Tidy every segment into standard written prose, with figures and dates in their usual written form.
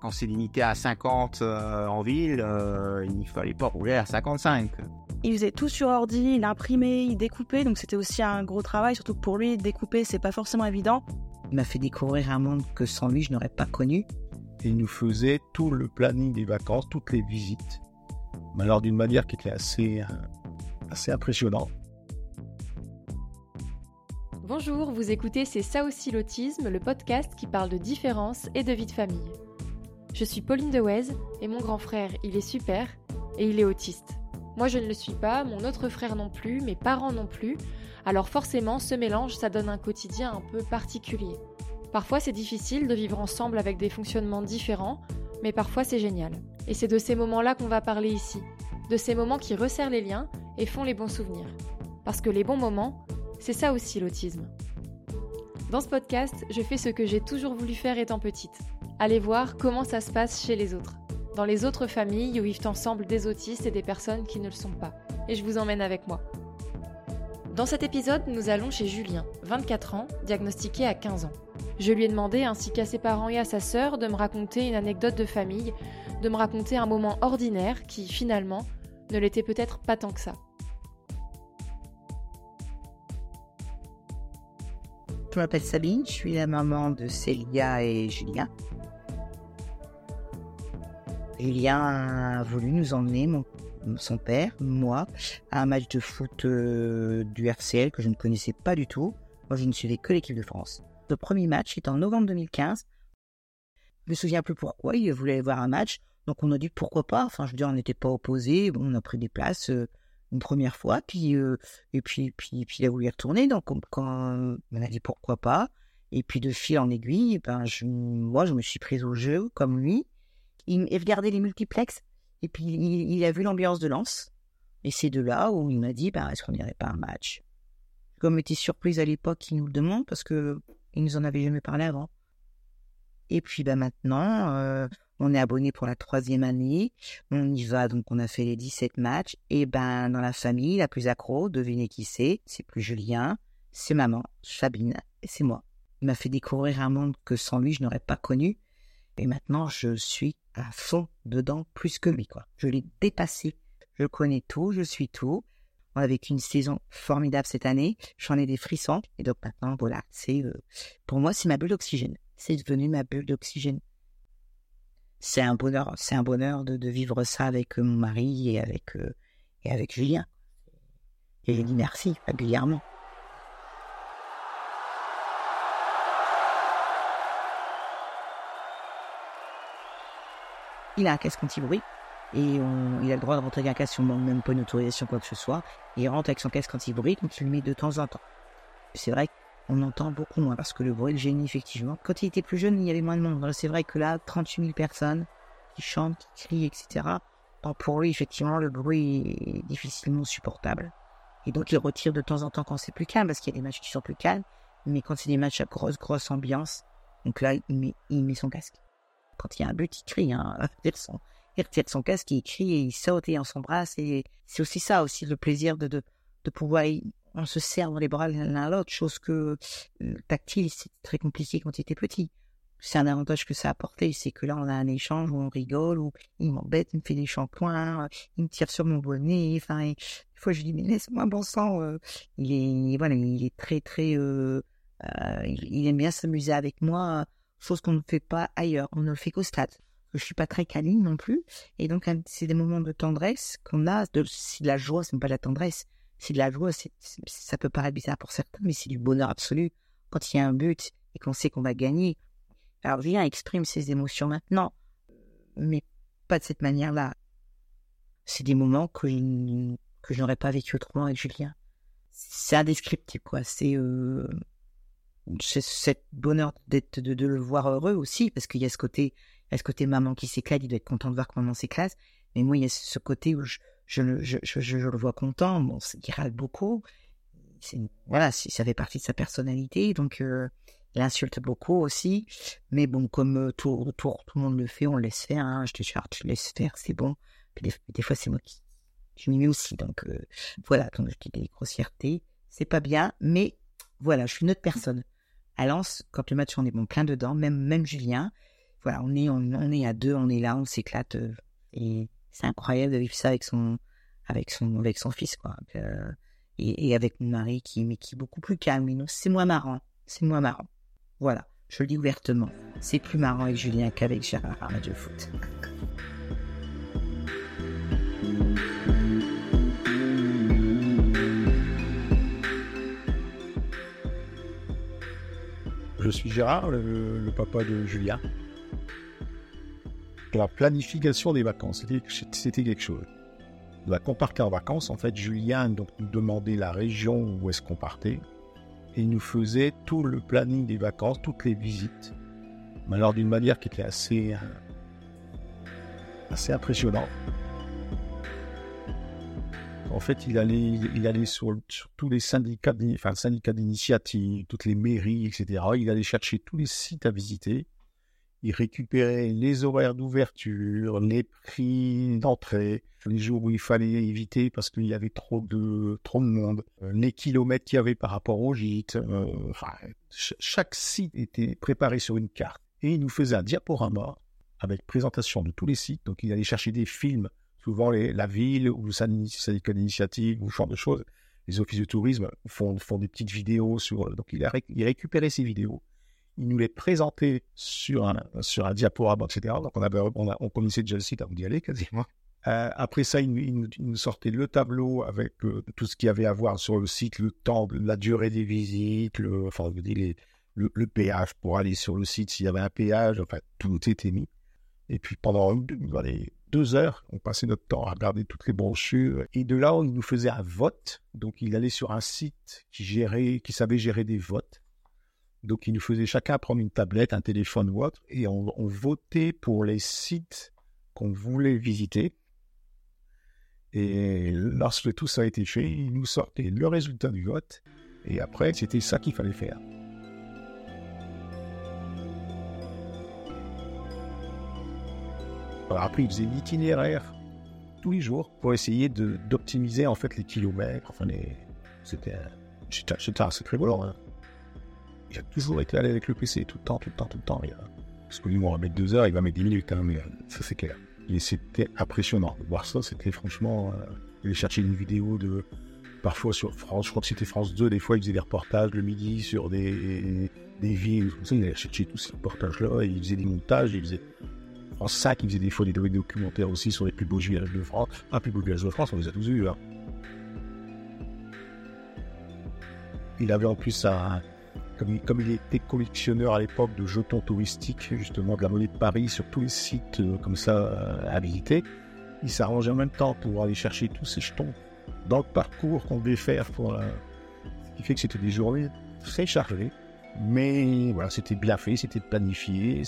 Quand c'est limité à 50 en ville, il ne fallait pas rouler à 55. Il faisait tout sur ordi, il imprimait, il découpait, donc c'était aussi un gros travail, surtout que pour lui, découper, c'est pas forcément évident. Il m'a fait découvrir un monde que sans lui, je n'aurais pas connu. Il nous faisait tout le planning des vacances, toutes les visites, mais alors d'une manière qui était assez impressionnante. Bonjour, vous écoutez C'est ça aussi l'autisme, le podcast qui parle de différence et de vie de famille. Je suis Pauline Dewez et mon grand frère, il est super et il est autiste. Moi je ne le suis pas, mon autre frère non plus, mes parents non plus, alors forcément ce mélange ça donne un quotidien un peu particulier. Parfois c'est difficile de vivre ensemble avec des fonctionnements différents, mais parfois c'est génial. Et c'est de ces moments-là qu'on va parler ici, de ces moments qui resserrent les liens et font les bons souvenirs. Parce que les bons moments, c'est ça aussi l'autisme. Dans ce podcast, je fais ce que j'ai toujours voulu faire étant petite. Aller voir comment ça se passe chez les autres. Dans les autres familles où vivent ensemble des autistes et des personnes qui ne le sont pas. Et je vous emmène avec moi. Dans cet épisode, nous allons chez Julien, 24 ans, diagnostiqué à 15 ans. Je lui ai demandé, ainsi qu'à ses parents et à sa sœur, de me raconter une anecdote de famille, de me raconter un moment ordinaire qui, finalement, ne l'était peut-être pas tant que ça. Je m'appelle Sabine, je suis la maman de Célia et Julien. Julien a voulu nous emmener, son père, moi, à un match de foot du RCL que je ne connaissais pas du tout. Moi, je ne suivais que l'équipe de France. Le premier match était en novembre 2015. Je me souviens plus pourquoi, il voulait voir un match. Donc on a dit pourquoi pas, enfin je veux dire on n'était pas opposés, bon, on a pris des places une première fois, puis il a voulu y retourner, donc quand on a dit pourquoi pas, et puis de fil en aiguille, moi je me suis prise au jeu comme lui. Il regardait les multiplex, et puis il a vu l'ambiance de Lens, et c'est de là où il m'a dit est-ce qu'on n'irait pas un match. Comme on était surprise à l'époque qu'il nous le demande, parce que il nous en avait jamais parlé avant. Et puis maintenant, on est abonné pour la 3e année, on y va, donc on a fait les 17 matchs, et dans la famille, la plus accro, devinez qui c'est plus Julien, c'est maman, Sabine, et c'est moi. Il m'a fait découvrir un monde que sans lui, je n'aurais pas connu, et maintenant, je suis à fond dedans, plus que lui, quoi. Je l'ai dépassé, je connais tout, je suis tout. On a vécu une saison formidable cette année, j'en ai des frissons, et donc maintenant, voilà, pour moi, c'est ma bulle d'oxygène. C'est devenu ma bulle d'oxygène. C'est un bonheur de vivre ça avec mon mari et avec Julien. Et je dis merci régulièrement. Il a un casque anti-bruit et il a le droit de rentrer avec un casque si on ne demande même pas une autorisation quoi que ce soit. Et il rentre avec son casque anti-bruit, donc il le met de temps en temps. C'est vrai qu'on entend beaucoup moins parce que le bruit le gêne effectivement. Quand il était plus jeune, il y avait moins de monde. C'est vrai que là, 38 000 personnes qui chantent, qui crient, etc. Donc pour lui, effectivement, le bruit est difficilement supportable. Et donc il retire de temps en temps quand c'est plus calme, parce qu'il y a des matchs qui sont plus calmes. Mais quand c'est des matchs à grosse ambiance, donc là, il met son casque. Quand il y a un but, il crie. Il retire son casque, il crie et il saute et on s'embrasse. Et c'est aussi ça, aussi le plaisir de pouvoir... On se serre dans les bras l'un à l'autre, chose que tactile, c'est très compliqué quand il était petit. C'est un avantage que ça a apporté, c'est que là on a un échange où on rigole, où il m'embête, il me fait des shampoings, il me tire sur mon bonnet, enfin, des fois je lui dis mais laisse-moi bon sang. Il est très il aime bien s'amuser avec moi, chose qu'on ne fait pas ailleurs, on ne le fait qu'au stade. Je suis pas très câline non plus, et donc c'est des moments de tendresse qu'on a, c'est de la joie, c'est même pas de la tendresse. C'est de la joie, ça peut paraître bizarre pour certains, mais c'est du bonheur absolu. Quand il y a un but et qu'on sait qu'on va gagner, alors Julien exprime ses émotions maintenant, mais pas de cette manière-là. C'est des moments que je n'aurais pas vécu autrement avec Julien. C'est indescriptible, quoi. C'est cet bonheur de le voir heureux aussi, parce qu'il y a ce côté maman qui s'éclate, il doit être content de voir que maman s'éclate, mais moi il y a ce côté où je le vois content, bon, il râle beaucoup, ça fait partie de sa personnalité, donc il insulte beaucoup aussi, mais bon, comme tout le monde le fait, on le laisse faire, hein, je te charge, tu laisses faire, c'est bon, puis des fois c'est moi qui je m'y mets aussi, donc voilà, donc je dis des grossièretés, c'est pas bien, mais voilà, je suis une autre personne. À Lens, quand le match on est bon plein dedans, même Julien, voilà, on est à deux, on est là, on s'éclate. Et c'est incroyable de vivre ça avec son fils, quoi. Et avec mon mari qui est beaucoup plus calme. Non, c'est moins marrant. Voilà, je le dis ouvertement. C'est plus marrant avec Julien qu'avec Gérard à match de foot. Je suis Gérard, le papa de Julien. La planification des vacances, c'était quelque chose. Quand on partait en vacances, en fait, Julien donc, nous demandait la région où est-ce qu'on partait et il nous faisait tout le planning des vacances, toutes les visites. Mais alors d'une manière qui était assez impressionnante. En fait, il allait sur tous les syndicats, syndicats d'initiative, toutes les mairies, etc. Il allait chercher tous les sites à visiter. Il récupérait les horaires d'ouverture, les prix d'entrée, les jours où il fallait éviter parce qu'il y avait trop de monde, les kilomètres qu'il y avait par rapport au gîte. Chaque site était préparé sur une carte. Et il nous faisait un diaporama avec présentation de tous les sites. Donc, il allait chercher des films. Souvent, la ville ou le syndicat d'initiative ou ce genre de choses, les offices de tourisme font des petites vidéos donc il récupérait ces vidéos, il nous les présentait sur un diaporama, etc. Donc on connaissait déjà le site avant d'y aller quasiment. Après ça, il nous sortait le tableau avec tout ce qu'il y avait à voir sur le site, le temps, la durée des visites, le péage pour aller sur le site s'il y avait un péage, enfin tout était mis. Et puis pendant 2 heures, on passait notre temps à regarder toutes les brochures. Et de là, il nous faisait un vote. Donc, il allait sur un site qui savait gérer des votes. Donc, il nous faisait chacun prendre une tablette, un téléphone ou autre. Et on votait pour les sites qu'on voulait visiter. Et lorsque tout ça a été fait, il nous sortait le résultat du vote. Et après, c'était ça qu'il fallait faire. Alors après, il faisait l'itinéraire tous les jours pour essayer d'optimiser en fait les kilomètres. Enfin, c'était un sacré volant. Hein. Il a toujours été allé avec le PC tout le temps. Parce que lui, on va mettre 2 heures, il va mettre 10 minutes, hein, mais ça c'est clair. Et c'était impressionnant de voir ça. C'était franchement, il allait chercher une vidéo parfois sur France, je crois que c'était France 2, des fois il faisait des reportages le midi sur des villes, comme ça, il allait chercher tous ces reportages-là, et il faisait des montages, France 5, il faisait des fois des documentaires aussi sur les plus beaux villages de France. Plus beaux villages de France, on les a tous vus. Hein. Il avait en plus comme il était collectionneur à l'époque de jetons touristiques, justement de la monnaie de Paris sur tous les sites comme ça à visiter, il s'arrangeait en même temps pour aller chercher tous ces jetons dans le parcours qu'on devait faire. Ce qui fait que c'était des journées très chargées, mais voilà, c'était bien fait, c'était planifié,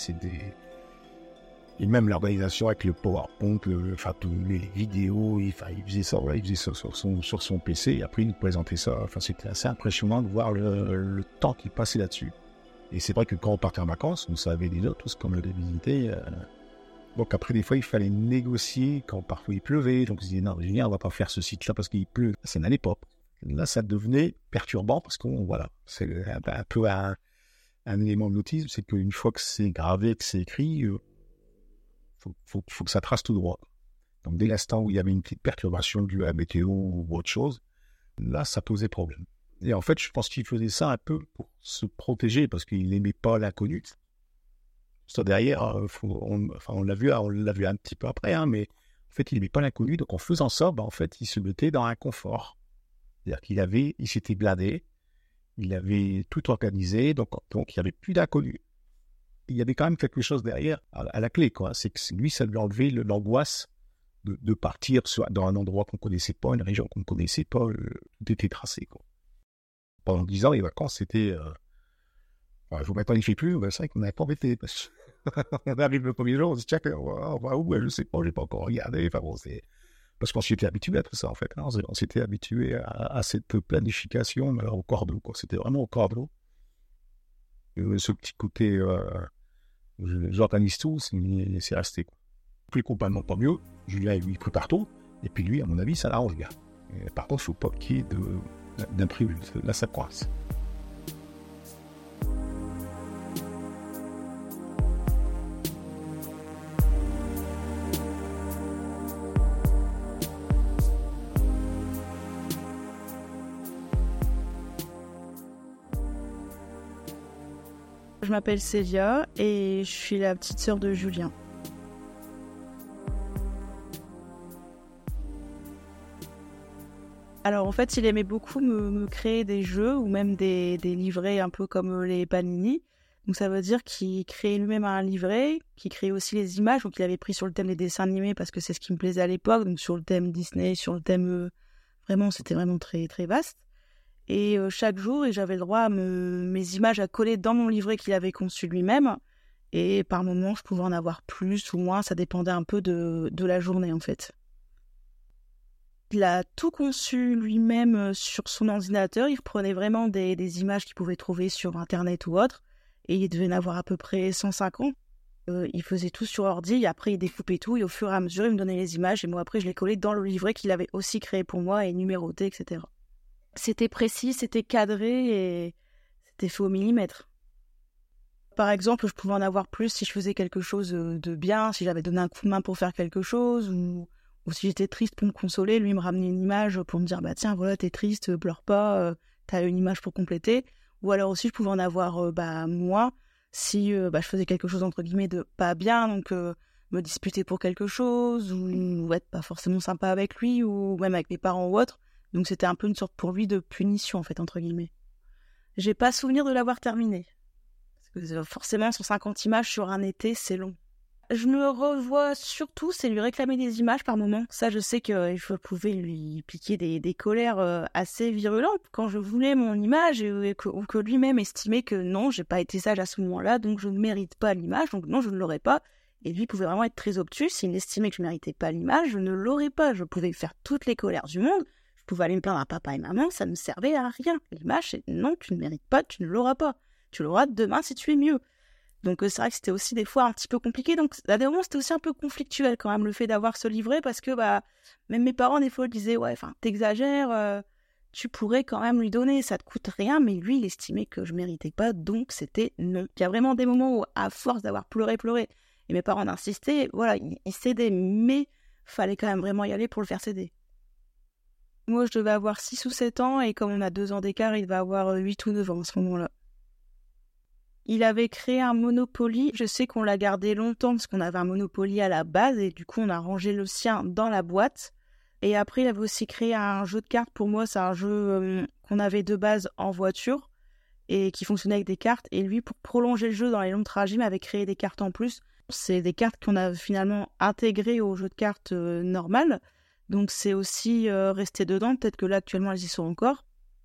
et même l'organisation avec le PowerPoint, les vidéos, il faisait ça, voilà, il faisait ça sur son PC, et après il nous présentait ça. Enfin, c'était assez impressionnant de voir le temps qu'il passait là-dessus. Et c'est vrai que quand on partait en vacances, on savait déjà tous qu'on allait visiter. Donc après, des fois, il fallait négocier quand parfois il pleuvait. Donc on se disait, non, Julien, on va pas faire ce site-là parce qu'il pleut. Ça n'allait pas. Là, ça devenait perturbant parce c'est un peu un élément de l'autisme, c'est qu'une fois que c'est gravé, que c'est écrit, faut que ça trace tout droit. Donc, dès l'instant où il y avait une petite perturbation due à la météo ou autre chose, là, ça posait problème. Et en fait, je pense qu'il faisait ça un peu pour se protéger parce qu'il n'aimait pas l'inconnu. Ça, derrière, on l'a vu un petit peu après, hein, mais en fait, il n'aimait pas l'inconnu. Donc, en faisant ça, en fait, il se mettait dans un confort. C'est-à-dire il s'était blindé, il avait tout organisé, donc il n'y avait plus d'inconnu. Il y avait quand même quelque chose derrière, à la clé, quoi. C'est que lui, ça lui enlevait l'angoisse de partir dans un endroit qu'on ne connaissait pas, une région qu'on ne connaissait pas, tout était tracé, quoi. Pendant 10 ans, les vacances, c'était... je vous mets pas les fait plus, c'est vrai qu'on n'avait pas embêté. On arrive le premier jour, on se dit, tiens, on va où? Je ne sais pas, je n'ai pas encore regardé. Enfin bon, c'est... Parce qu'on s'était habitué à tout ça, en fait. Hein. On s'était habitué à cette planification, mais alors au cordeau, quoi. C'était vraiment au cordeau. Ce petit côté... j'organise tout, c'est resté. Puis complètement pas mieux. Julien, lui, il prépare tout. Et puis lui, à mon avis, ça l'arrange bien. Et par contre, il ne faut pas qu'il y ait d'imprévu. Là, ça coince. Je m'appelle Célia et je suis la petite sœur de Julien. Alors en fait, il aimait beaucoup me créer des jeux ou même des livrets un peu comme les Panini. Donc ça veut dire qu'il créait lui-même un livret, qu'il créait aussi les images. Donc il avait pris sur le thème des dessins animés parce que c'est ce qui me plaisait à l'époque. Donc sur le thème Disney, sur le thème... vraiment, c'était vraiment très, très vaste. Et chaque jour, j'avais le droit à mes images à coller dans mon livret qu'il avait conçu lui-même. Et par moments, je pouvais en avoir plus ou moins. Ça dépendait un peu de la journée en fait. Il a tout conçu lui-même sur son ordinateur. Il reprenait vraiment des images qu'il pouvait trouver sur Internet ou autre. Et il devait en avoir à peu près 150. Il faisait tout sur ordi. Et après, il découpait tout. Et au fur et à mesure, il me donnait les images. Et moi, après, je les collais dans le livret qu'il avait aussi créé pour moi et numéroté, etc. C'était précis, c'était cadré et c'était fait au millimètre. Par exemple, je pouvais en avoir plus si je faisais quelque chose de bien, si j'avais donné un coup de main pour faire quelque chose ou si j'étais triste pour me consoler, lui me ramenait une image pour me dire bah tiens voilà t'es triste, pleure pas, t'as une image pour compléter. Ou alors aussi je pouvais en avoir moins si je faisais quelque chose entre guillemets de pas bien, donc me disputer pour quelque chose ou être pas forcément sympa avec lui ou même avec mes parents ou autre. Donc c'était un peu une sorte pour lui de punition en fait entre guillemets. J'ai pas souvenir de l'avoir terminé. Parce que forcément 150 images sur un été c'est long. Je me revois surtout, c'est lui réclamer des images par moment. Ça, je sais que je pouvais lui piquer des colères assez virulentes quand je voulais mon image ou que lui-même estimait que non, j'ai pas été sage à ce moment-là, donc je ne mérite pas l'image, donc non, je ne l'aurais pas. Et lui pouvait vraiment être très obtus. S'il estimait que je ne méritais pas l'image, je ne l'aurais pas. Je pouvais faire toutes les colères du monde. Je pouvais aller me plaindre à papa et maman, ça ne servait à rien. L'image, c'est non, tu ne mérites pas, tu ne l'auras pas. Tu l'auras demain si tu es mieux. Donc c'est vrai que c'était aussi des fois un petit peu compliqué. Donc à des moments, c'était aussi un peu conflictuel quand même le fait d'avoir ce livret parce que même mes parents, des fois, ils disaient « Ouais, enfin, t'exagères, tu pourrais quand même lui donner, ça te coûte rien. » Mais lui, il estimait que je méritais pas, donc c'était non. Il y a vraiment des moments où, à force d'avoir pleuré, et mes parents insistaient, voilà, ils cédaient, mais fallait quand même vraiment y aller pour le faire céder. Moi, je devais avoir 6 ou 7 ans, et comme on a 2 ans d'écart, il va avoir 8 ou 9 ans à ce moment-là. Il avait créé un Monopoly. Je sais qu'on l'a gardé longtemps parce qu'on avait un Monopoly à la base et du coup, on a rangé le sien dans la boîte. Et après, il avait aussi créé un jeu de cartes. Pour moi, c'est un jeu qu'on avait de base en voiture et qui fonctionnait avec des cartes. Et lui, pour prolonger le jeu dans les longs trajets, m'avait créé des cartes en plus. C'est des cartes qu'on a finalement intégrées au jeu de cartes normal. Donc, c'est aussi resté dedans. Peut-être que là, actuellement, elles y sont encore.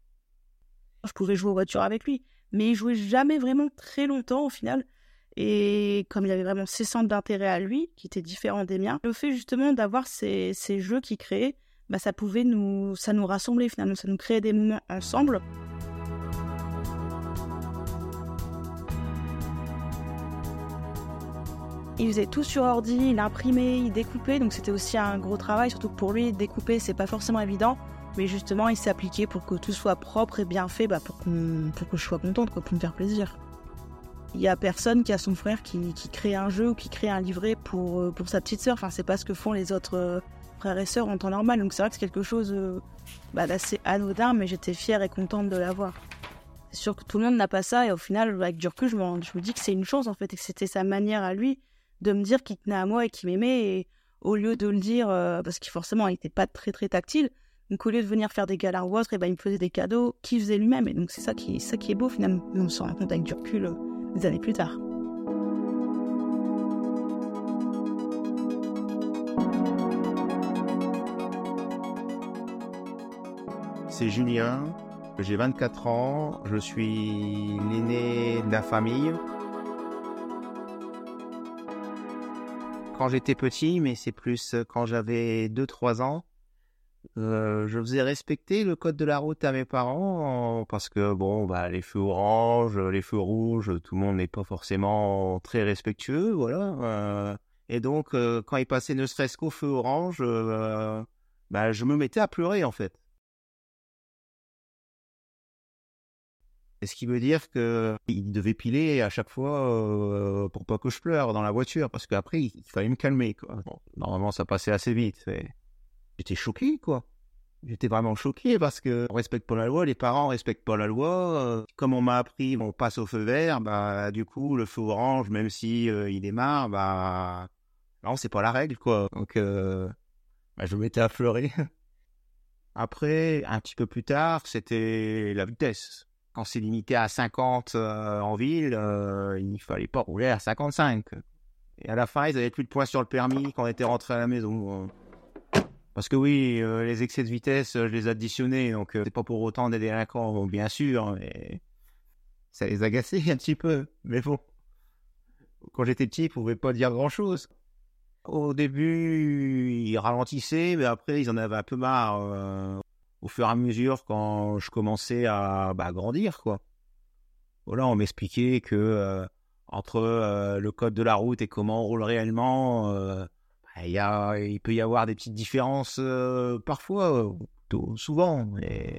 Je pouvais jouer aux voitures avec lui. Mais il jouait jamais vraiment très longtemps au final. Et comme il avait vraiment ses centres d'intérêt à lui, qui étaient différents des miens, le fait justement d'avoir ces jeux qu'il créait, ça nous rassemblait finalement, ça nous créait des moments ensemble. Il faisait tout sur ordi, il imprimait, il découpait, donc c'était aussi un gros travail, surtout que pour lui, découper, c'est pas forcément évident. Mais justement, il s'est appliqué pour que tout soit propre et bien fait, pour que je sois contente, pour me faire plaisir. Il y a personne qui a son frère qui crée un jeu ou qui crée un livret pour sa petite sœur. Enfin, c'est pas ce que font les autres frères et sœurs en temps normal. Donc c'est vrai que c'est quelque chose d'assez anodin, mais j'étais fière et contente de l'avoir. C'est sûr que tout le monde n'a pas ça et au final, avec du recul, je me dis que c'est une chance en fait et que c'était sa manière à lui de me dire qu'il tenait à moi et qu'il m'aimait. Et au lieu de le dire, parce qu'il forcément, il n'était pas très très tactile. Donc au lieu de venir faire des galas ou autre, il me faisait des cadeaux qu'il faisait lui-même. Et donc c'est ça qui est beau finalement. On se rend compte avec du recul des années plus tard. C'est Julien, j'ai 24 ans, je suis l'aîné de la famille. Quand j'étais petit, mais c'est plus quand j'avais 2-3 ans, je faisais respecter le code de la route à mes parents parce que les feux orange, les feux rouges, tout le monde n'est pas forcément très respectueux, voilà. Et donc quand il passait ne serait-ce qu'au feu orange, je me mettais à pleurer en fait. Et ce qui veut dire qu'il devait piler à chaque fois pour pas que je pleure dans la voiture parce qu'après il fallait me calmer, quoi. Bon, normalement ça passait assez vite. J'étais choqué, quoi. J'étais vraiment choqué parce que on respecte pas la loi, les parents respectent pas la loi. Comme on m'a appris, on passe au feu vert, bah du coup le feu orange, même si il démarre, bah non, c'est pas la règle quoi. Donc bah, je m'étais affleuré. Après, un petit peu plus tard, c'était la vitesse. Quand c'est limité à 50 en ville, il fallait pas rouler à 55. Et à la fin, ils avaient plus de points sur le permis quand on était rentré à la maison. Parce que oui, les excès de vitesse, je les additionnais, donc c'est pas pour autant des délinquants, bien sûr, mais ça les agaçait un petit peu. Mais bon, quand j'étais petit, ils pouvaient pas dire grand-chose. Au début, ils ralentissaient, mais après, ils en avaient un peu marre au fur et à mesure quand je commençais à grandir, quoi. Voilà, on m'expliquait que entre le code de la route et comment on roule réellement, il peut y avoir des petites différences parfois, souvent. Mais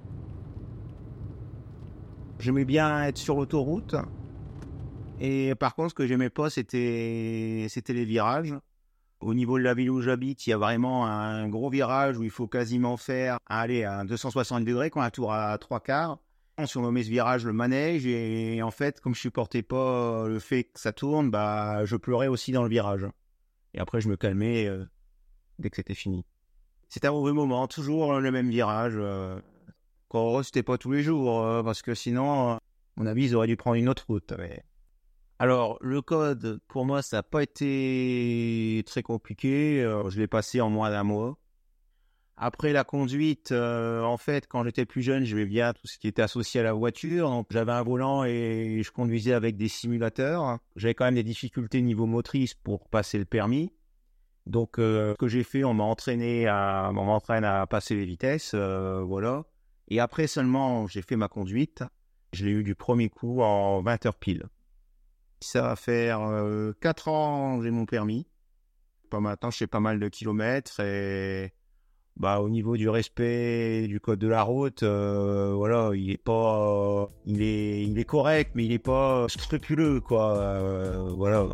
j'aimais bien être sur l'autoroute. Et par contre, ce que j'aimais pas, c'était les virages. Au niveau de la ville où j'habite, il y a vraiment un gros virage où il faut quasiment faire un 260 degrés, un tour à 3/4. On surnommait ce virage le manège. Et en fait, comme je supportais pas le fait que ça tourne, bah, je pleurais aussi dans le virage. Et après, je me calmais dès que c'était fini. C'était un mauvais moment, toujours le même virage. Encore c'était pas tous les jours, parce que sinon, à mon avis, ils auraient dû prendre une autre route. Mais... Alors, le code, pour moi, ça n'a pas été très compliqué. Je l'ai passé en moins d'un mois. Après la conduite, en fait, quand j'étais plus jeune, j'aimais bien tout ce qui était associé à la voiture. Donc, j'avais un volant et je conduisais avec des simulateurs. J'avais quand même des difficultés niveau motrice pour passer le permis. Donc, ce que j'ai fait, on m'entraîne à passer les vitesses, voilà. Et après seulement, j'ai fait ma conduite. Je l'ai eu du premier coup en 20 heures pile. Ça va faire 4 ans que j'ai mon permis. Maintenant, je fais pas mal de kilomètres et au niveau du respect du code de la route, voilà, il est pas, il est correct, mais il est pas scrupuleux, quoi. Voilà.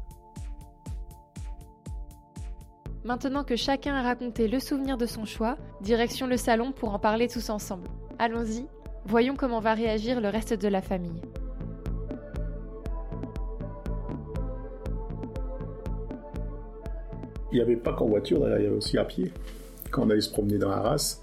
Maintenant que chacun a raconté le souvenir de son choix, direction le salon pour en parler tous ensemble. Allons-y, voyons comment va réagir le reste de la famille. Il n'y avait pas qu'en voiture, d'ailleurs, il y avait aussi à pied. Quand on allait se promener dans la race,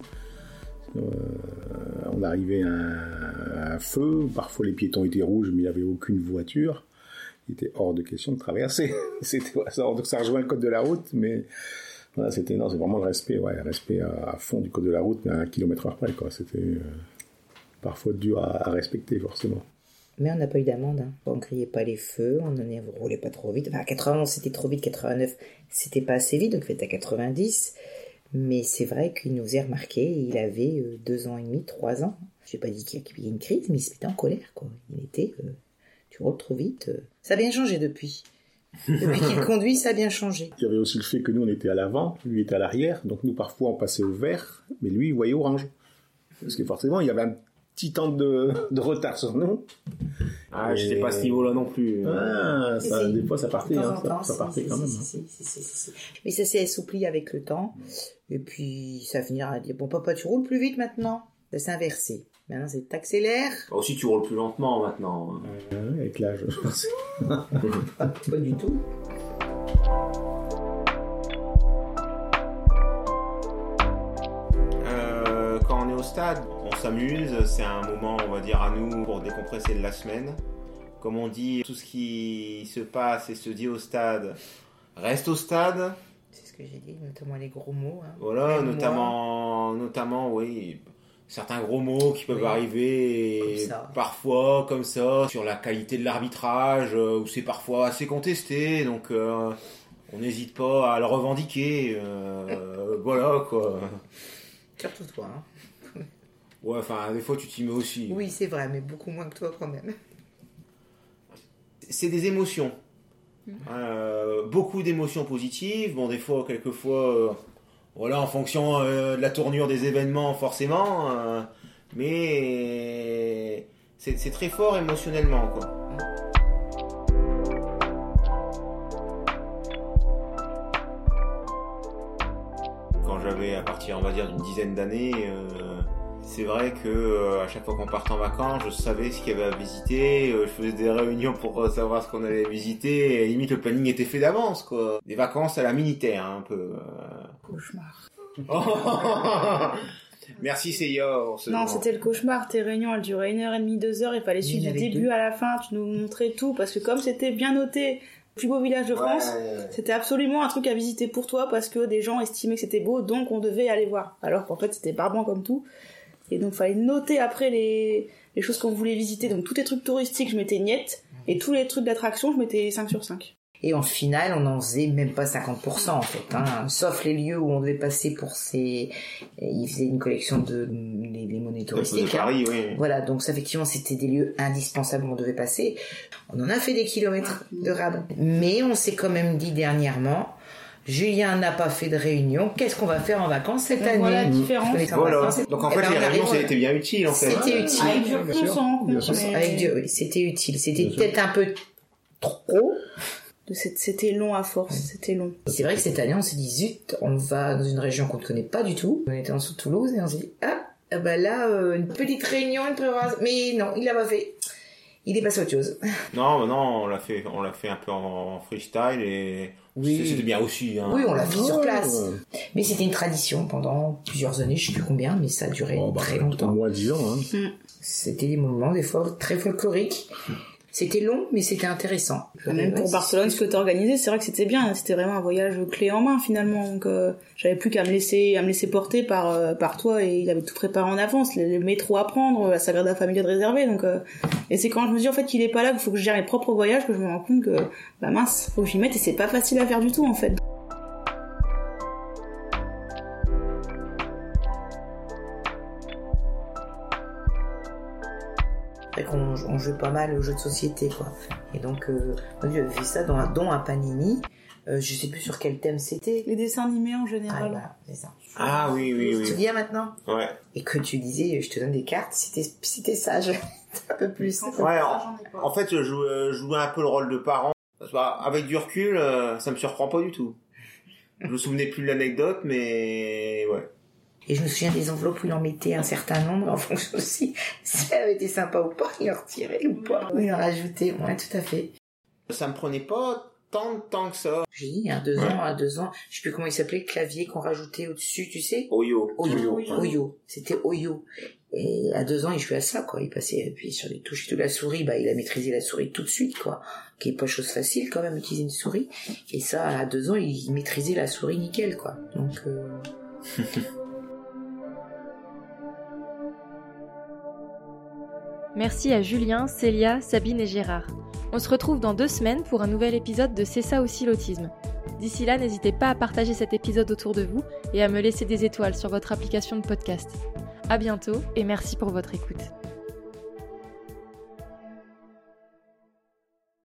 on arrivait à un feu, parfois les piétons étaient rouges, mais il n'y avait aucune voiture. Il était hors de question de traverser. Ça rejoint le code de la route, mais voilà, c'est vraiment le respect à fond du code de la route, mais à 1 km/h près, quoi. C'était parfois dur à respecter, forcément. Mais on n'a pas eu d'amende, hein. On ne criait pas les feux, on ne roulait pas trop vite. Enfin, à 91, c'était trop vite, 89, c'était pas assez vite, donc il était à 90. Mais c'est vrai qu'il nous est remarqué, il avait 2 ans et demi, 3 ans. Je n'ai pas dit qu'il y a une crise, mais il se mettait en colère, quoi. Il était, tu roules trop vite. Ça a bien changé depuis. Depuis qu'il conduit, ça a bien changé. Il y avait aussi le fait que nous, on était à l'avant, lui était à l'arrière, donc nous, parfois, on passait au vert, mais lui, il voyait orange. Parce que forcément, il y avait un petit temps de retard sur nous. Je sais pas à ce niveau-là non plus. Des fois ça partait, ça partait quand même. Mais ça s'est assoupli avec le temps. Et puis ça finira à dire, bon papa, tu roules plus vite maintenant. Ça s'est inversé. Maintenant c'est t'accélères. Aussi tu roules plus lentement maintenant. Avec l'âge. Pas du tout. Quand on est au stade, on s'amuse, c'est un moment, on va dire, à nous pour décompresser de la semaine. Comme on dit, tout ce qui se passe et se dit au stade reste au stade. C'est ce que j'ai dit, notamment les gros mots. Hein. Voilà, notamment, oui, certains gros mots qui peuvent arriver parfois comme ça sur la qualité de l'arbitrage, où c'est parfois assez contesté, donc on n'hésite pas à le revendiquer. Voilà quoi. Surtout toi. Hein. Ouais, enfin, des fois tu t'y mets aussi. Oui, c'est vrai, mais beaucoup moins que toi quand même. C'est des émotions. Beaucoup d'émotions positives. Bon, des fois, quelquefois, voilà, en fonction de la tournure des événements, forcément. Mais c'est très fort émotionnellement, quoi. j'avais à partir, on va dire, d'une dizaine d'années. C'est vrai que à chaque fois qu'on partait en vacances, je savais ce qu'il y avait à visiter. Je faisais des réunions pour savoir ce qu'on allait visiter. Et limite, le planning était fait d'avance, quoi. Des vacances à la militaire, un peu. Cauchemar. Merci Seiya. Non, c'était le cauchemar. Tes réunions, elles duraient 1h30, 2h. Il fallait suivre du début à la fin. Tu nous montrais tout parce que comme c'était bien noté, plus beau village de France, c'était absolument un truc à visiter pour toi parce que des gens estimaient que c'était beau, donc on devait aller voir. Alors qu'en fait, c'était barbant comme tout. Et donc, fallait noter après les choses qu'on voulait visiter. Donc, tous les trucs touristiques, je mettais niette. Et tous les trucs d'attraction, je mettais 5 sur 5. Et en finale, on en faisait même pas 50% en fait, hein. Sauf les lieux où on devait passer pour ces... Ils faisaient une collection de les monnaies touristiques. De Paris, oui. Voilà, donc ça, effectivement, c'était des lieux indispensables où on devait passer. On en a fait des kilomètres de rade. Mais on s'est quand même dit dernièrement... Julien n'a pas fait de réunion. Qu'est-ce qu'on va faire en vacances cette année? Voilà la différence. Voilà. Donc en fait, les réunions, c'était bien utile, en fait. C'était utile. Avec du recul, oui, c'était utile. C'était peut-être un peu trop. C'était long à force, c'était long. C'est vrai que cette année, on s'est dit, zut, on va dans une région qu'on ne connaît pas du tout. On était en dessous de Toulouse et on s'est dit, là, une petite réunion, une préparation. Mais non, il l'a pas fait. Il est passé à autre chose. Non, on l'a fait un peu en freestyle et c'était bien aussi. Hein. Oui, on l'a fait sur place. Mais c'était une tradition pendant plusieurs années, je sais plus combien, mais ça a duré très longtemps. Au moins 10 ans. Hein. C'était des moments, des fois, très folkloriques. C'était long, mais c'était intéressant. Même pour Barcelone, ce que t'as organisé, c'est vrai que c'était bien. C'était vraiment un voyage clé en main, finalement. Donc, j'avais plus qu'à me laisser porter par toi, et il avait tout préparé en avance. Le métro à prendre, la Sagrada Familia de réserver. Donc, et c'est quand je me dis, en fait, qu'il est pas là, qu'il faut que je gère mes propres voyages, que je me rends compte que, mince, faut que j'y mette, et c'est pas facile à faire du tout, en fait. On jouait pas mal aux jeux de société, quoi. Et donc, j'avais fait ça dans un Panini. Je sais plus sur quel thème c'était. Les dessins animés en général. Ah, voilà, c'est ça. Ah oui. Tu te souviens maintenant? Ouais. Et que tu disais, je te donne des cartes, c'était sage. Un peu plus. Ouais, en fait, je jouais un peu le rôle de parent. Avec du recul, ça me surprend pas du tout. Je me souvenais plus de l'anecdote, mais ouais. Et je me souviens des enveloppes où il en mettait un certain nombre en fonction aussi si elle avait été sympa ou pas, il en retirait ou pas. Ou il en rajoutait, ouais, tout à fait. Ça me prenait pas tant de temps que ça. J'ai dit, à 2 ans, je sais plus comment il s'appelait, le clavier qu'on rajoutait au-dessus, tu sais? Oyo. C'était Oyo. Et à 2 ans, il jouait à ça, quoi. Il passait, puis sur les touches et tout, la souris, il a maîtrisé la souris tout de suite, quoi. Qui est pas chose facile, quand même, utiliser une souris. Et ça, à 2 ans, il maîtrisait la souris nickel, quoi. Donc, Merci à Julien, Célia, Sabine et Gérard. On se retrouve dans 2 semaines pour un nouvel épisode de C'est ça aussi l'autisme. D'ici là, n'hésitez pas à partager cet épisode autour de vous et à me laisser des étoiles sur votre application de podcast. À bientôt et merci pour votre écoute.